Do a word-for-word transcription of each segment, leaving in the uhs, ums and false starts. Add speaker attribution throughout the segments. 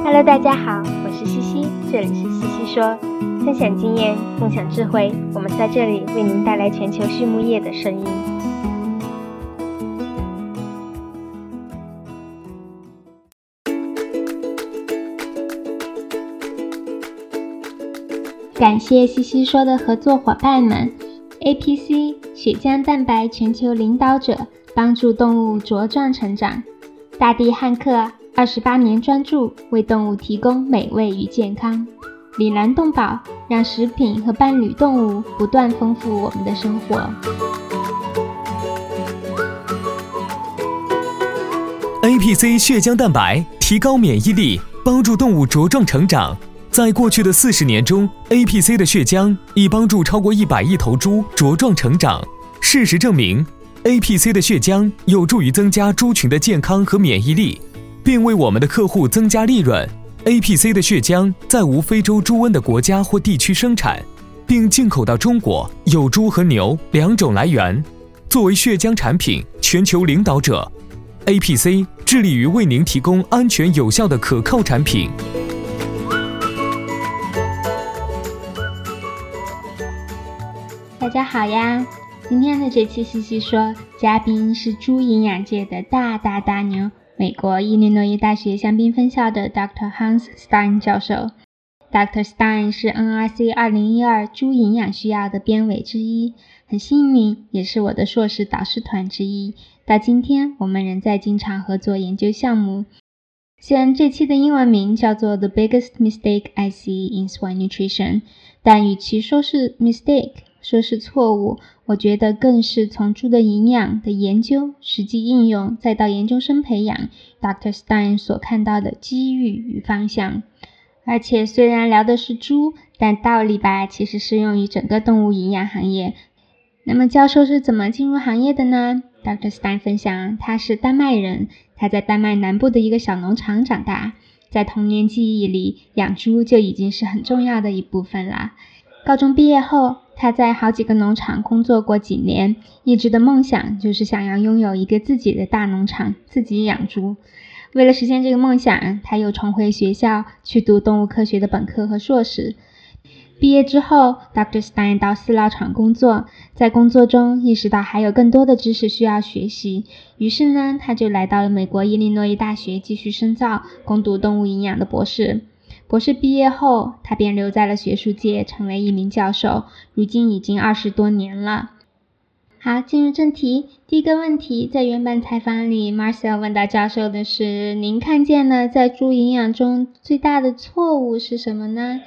Speaker 1: Hello， 大家好，我是西西，这里是西西说，分享经验，共享智慧，我们在这里为您带来全球畜牧业的声音。感谢西西说的合作伙伴们 A P C 血浆蛋白全球领导者，帮助动物茁壮成长。大地汉克二十八年专注为动物提供美味与健康。里兰动宝让食品和伴侣动物不断丰富我们的生活。
Speaker 2: A P C 血浆蛋白提高免疫力，帮助动物茁壮成长。在过去的四十年中 ，A P C 的血浆已帮助超过一百亿头猪茁壮成长。事实证明 ，A P C 的血浆有助于增加猪群的健康和免疫力，并为我们的客户增加利润。A P C 的血浆在无非洲猪瘟的国家或地区生产，并进口到中国，有猪和牛两种来源。作为血浆产品全球领导者 ，A P C 致力于为您提供安全有效的可靠产品。
Speaker 1: 大家好呀，今天的这期西西说，嘉宾是猪营养界的大大大牛，美国伊利诺伊大学香槟分校的 Doctor Hans Stein 教授。Doctor Stein 是 N R C 二零一二猪营养需要的编委之一，很幸运也是我的硕士导师团之一。到今天我们仍在经常合作研究项目。虽然这期的英文名叫做 The Biggest Mistake I See in Swine Nutrition， 但与其说是 mistake说是错误，我觉得更是从猪的营养的研究、实际应用，再到研究生培养 Doctor Stein 所看到的机遇与方向。而且虽然聊的是猪，但道理吧其实适用于整个动物营养行业。那么教授是怎么进入行业的呢？ Doctor Stein 分享，他是丹麦人，他在丹麦南部的一个小农场长大，在童年记忆里，养猪就已经是很重要的一部分了。高中毕业后，他在好几个农场工作过几年，一直的梦想就是想要拥有一个自己的大农场，自己养猪。为了实现这个梦想，他又重回学校去读动物科学的本科和硕士。毕业之后 Doctor Stein 到饲料厂工作，在工作中意识到还有更多的知识需要学习，于是呢，他就来到了美国伊利诺伊大学继续深造，攻读动物营养的博士。博士毕业后，他便留在了学术界，成为一名教授，如今已经二十多年了。好，进入正题，第一个问题，在原版采访里 Marcel 问到教授的是，您看见了在猪营养中最大的错误是什么呢？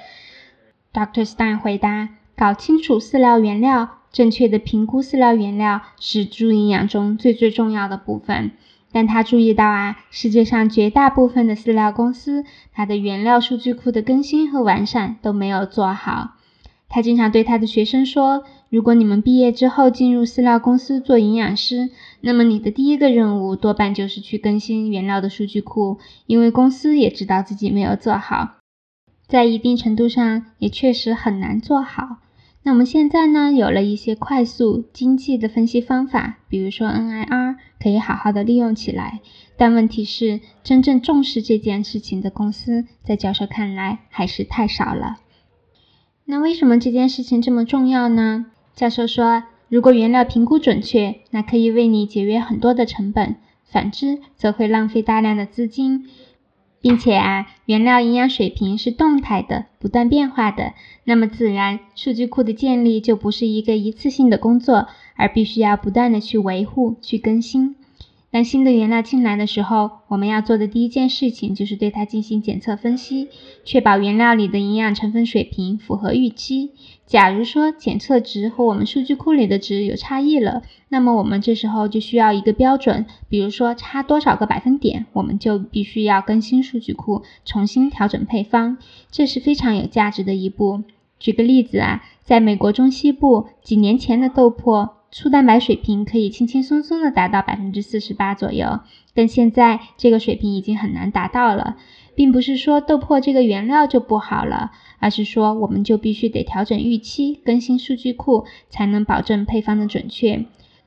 Speaker 1: Doctor Stein 回答，搞清楚饲料原料，正确的评估饲料原料是猪营养中最最重要的部分。但他注意到啊，世界上绝大部分的饲料公司，它的原料数据库的更新和完善都没有做好。他经常对他的学生说，如果你们毕业之后进入饲料公司做营养师，那么你的第一个任务多半就是去更新原料的数据库，因为公司也知道自己没有做好，在一定程度上也确实很难做好。那我们现在呢，有了一些快速经济的分析方法，比如说 N I R， 可以好好的利用起来。但问题是，真正重视这件事情的公司，在教授看来还是太少了。那为什么这件事情这么重要呢？教授说，如果原料评估准确，那可以为你节约很多的成本，反之则会浪费大量的资金。并且啊，原料营养水平是动态的，不断变化的，那么自然数据库的建立就不是一个一次性的工作，而必须要不断的去维护、去更新。当新的原料进来的时候，我们要做的第一件事情就是对它进行检测分析，确保原料里的营养成分水平符合预期。假如说检测值和我们数据库里的值有差异了，那么我们这时候就需要一个标准，比如说差多少个百分点，我们就必须要更新数据库，重新调整配方，这是非常有价值的一步。举个例子啊，在美国中西部，几年前的豆粕粗蛋白水平可以轻轻松松的达到 百分之四十八 左右，但现在这个水平已经很难达到了。并不是说豆粕这个原料就不好了，而是说我们就必须得调整预期，更新数据库，才能保证配方的准确。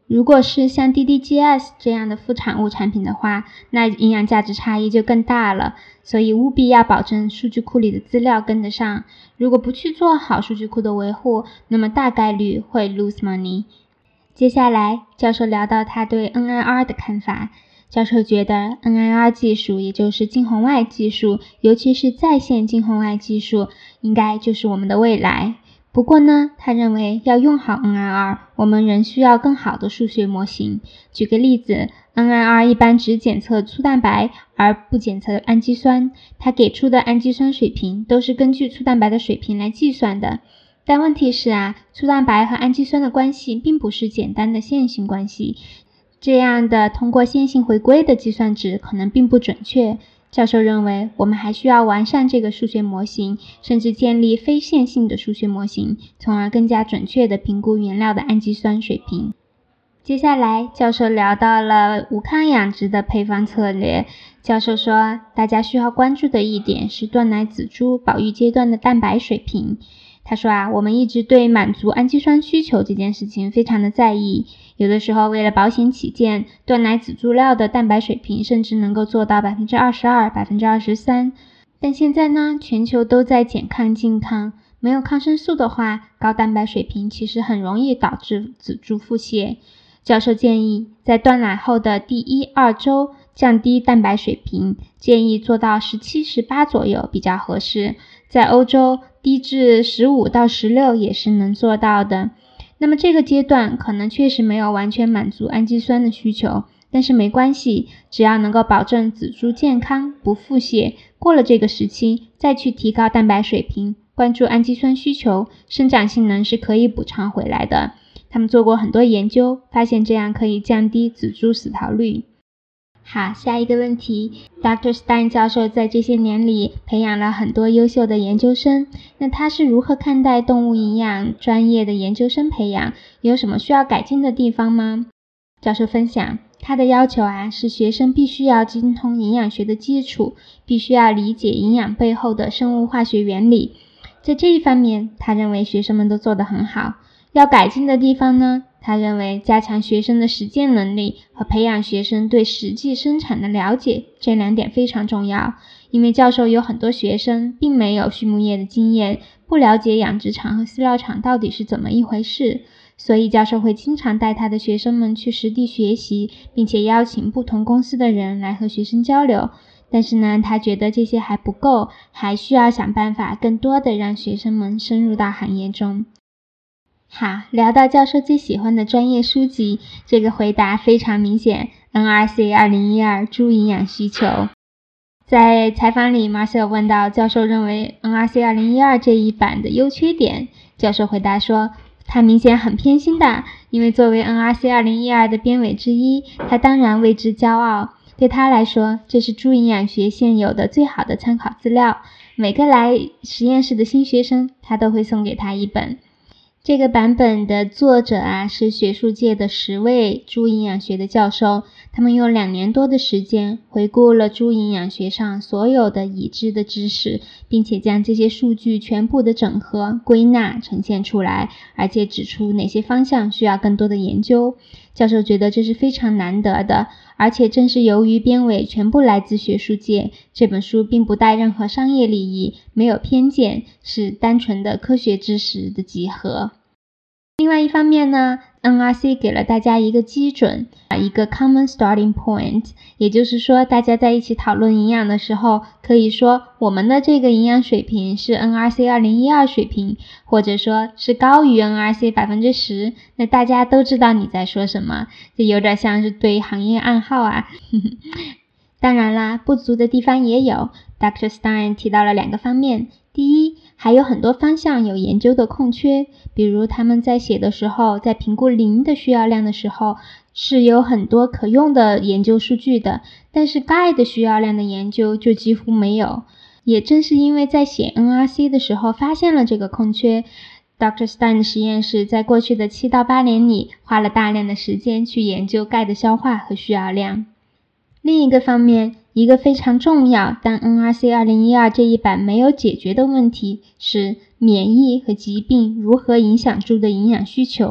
Speaker 1: 如果是像 D D G S 这样的副产物产品的话，那营养价值差异就更大了，所以务必要保证数据库里的资料跟得上。如果不去做好数据库的维护，那么大概率会 lose money。接下来，教授聊到他对 N I R 的看法。教授觉得 N I R 技术，也就是近红外技术，尤其是在线近红外技术，应该就是我们的未来。不过呢，他认为要用好 N I R， 我们仍需要更好的数学模型。举个例子， N I R 一般只检测粗蛋白，而不检测氨基酸。他给出的氨基酸水平都是根据粗蛋白的水平来计算的。但问题是啊，粗蛋白和氨基酸的关系并不是简单的线性关系，这样的通过线性回归的计算值可能并不准确。教授认为，我们还需要完善这个数学模型，甚至建立非线性的数学模型，从而更加准确地评估原料的氨基酸水平。接下来，教授聊到了无抗养殖的配方策略。教授说，大家需要关注的一点是断奶仔猪保育阶段的蛋白水平。他说啊，我们一直对满足氨基酸需求这件事情非常的在意，有的时候为了保险起见，断奶仔猪料的蛋白水平甚至能够做到 百分之二十二、百分之二十三。但现在呢，全球都在减抗禁抗，没有抗生素的话，高蛋白水平其实很容易导致仔猪腹泻。教授建议，在断奶后的第一、二周降低蛋白水平，建议做到十七、十八左右比较合适。在欧洲，低至十五到十六也是能做到的。那么这个阶段可能确实没有完全满足氨基酸的需求，但是没关系，只要能够保证仔猪健康不腹泻，过了这个时期再去提高蛋白水平，关注氨基酸需求，生长性能是可以补偿回来的。他们做过很多研究，发现这样可以降低仔猪死逃率。好，下一个问题 Doctor Stein 教授在这些年里培养了很多优秀的研究生，那他是如何看待动物营养专业的研究生培养？有什么需要改进的地方吗？教授分享，他的要求啊，是学生必须要精通营养学的基础，必须要理解营养背后的生物化学原理。在这一方面，他认为学生们都做得很好。要改进的地方呢，他认为加强学生的实践能力和培养学生对实际生产的了解，这两点非常重要。因为教授有很多学生并没有畜牧业的经验，不了解养殖场和饲料厂到底是怎么一回事，所以教授会经常带他的学生们去实地学习，并且邀请不同公司的人来和学生交流。但是呢，他觉得这些还不够，还需要想办法更多的让学生们深入到行业中。好，聊到教授最喜欢的专业书籍，这个回答非常明显 N R C 二零一二猪营养需求。在采访里 Marcel 问到教授认为 N R C 二零一二这一版的优缺点，教授回答说，他明显很偏心的，因为作为 N R C 二零一二的编委之一，他当然为之骄傲。对他来说，这是猪营养学现有的最好的参考资料，每个来实验室的新学生，他都会送给他一本。这个版本的作者啊，是学术界的十位猪营养学的教授，他们用两年多的时间回顾了猪营养学上所有的已知的知识，并且将这些数据全部的整合、归纳、呈现出来，而且指出哪些方向需要更多的研究。教授觉得这是非常难得的，而且正是由于编委全部来自学术界，这本书并不带任何商业利益，没有偏见，是单纯的科学知识的集合。另外一方面呢， N R C 给了大家一个基准，一个 common starting point， 也就是说大家在一起讨论营养的时候，可以说我们的这个营养水平是 N R C 二零一二水平，或者说是高于 N R C 百分之十， 那大家都知道你在说什么，这有点像是对行业暗号啊。当然啦，不足的地方也有。 Doctor Stein 提到了两个方面，第一，还有很多方向有研究的空缺，比如他们在写的时候，在评估磷的需要量的时候，是有很多可用的研究数据的，但是钙的需要量的研究就几乎没有。也正是因为在写 N R C 的时候发现了这个空缺， Doctor Stein 的实验室在过去的七到八年里花了大量的时间去研究钙的消化和需要量。另一个方面，一个非常重要但 N R C 二零一二这一版没有解决的问题是免疫和疾病如何影响猪的营养需求。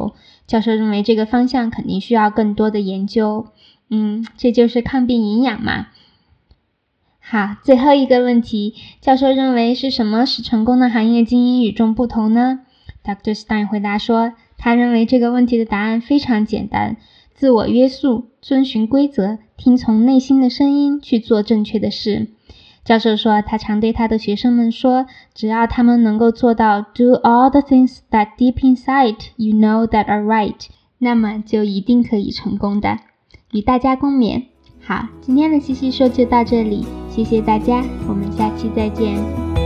Speaker 1: 教授认为这个方向肯定需要更多的研究。嗯，这就是抗病营养嘛。好，最后一个问题，教授认为是什么使成功的行业精英与众不同呢？ Doctor Stein 回答说，他认为这个问题的答案非常简单，自我约束，遵循规则，听从内心的声音，去做正确的事。教授说，他常对他的学生们说，只要他们能够做到 do all the things that deep inside you know that are right， 那么就一定可以成功的。与大家共勉。好，今天的西西说就到这里，谢谢大家，我们下期再见。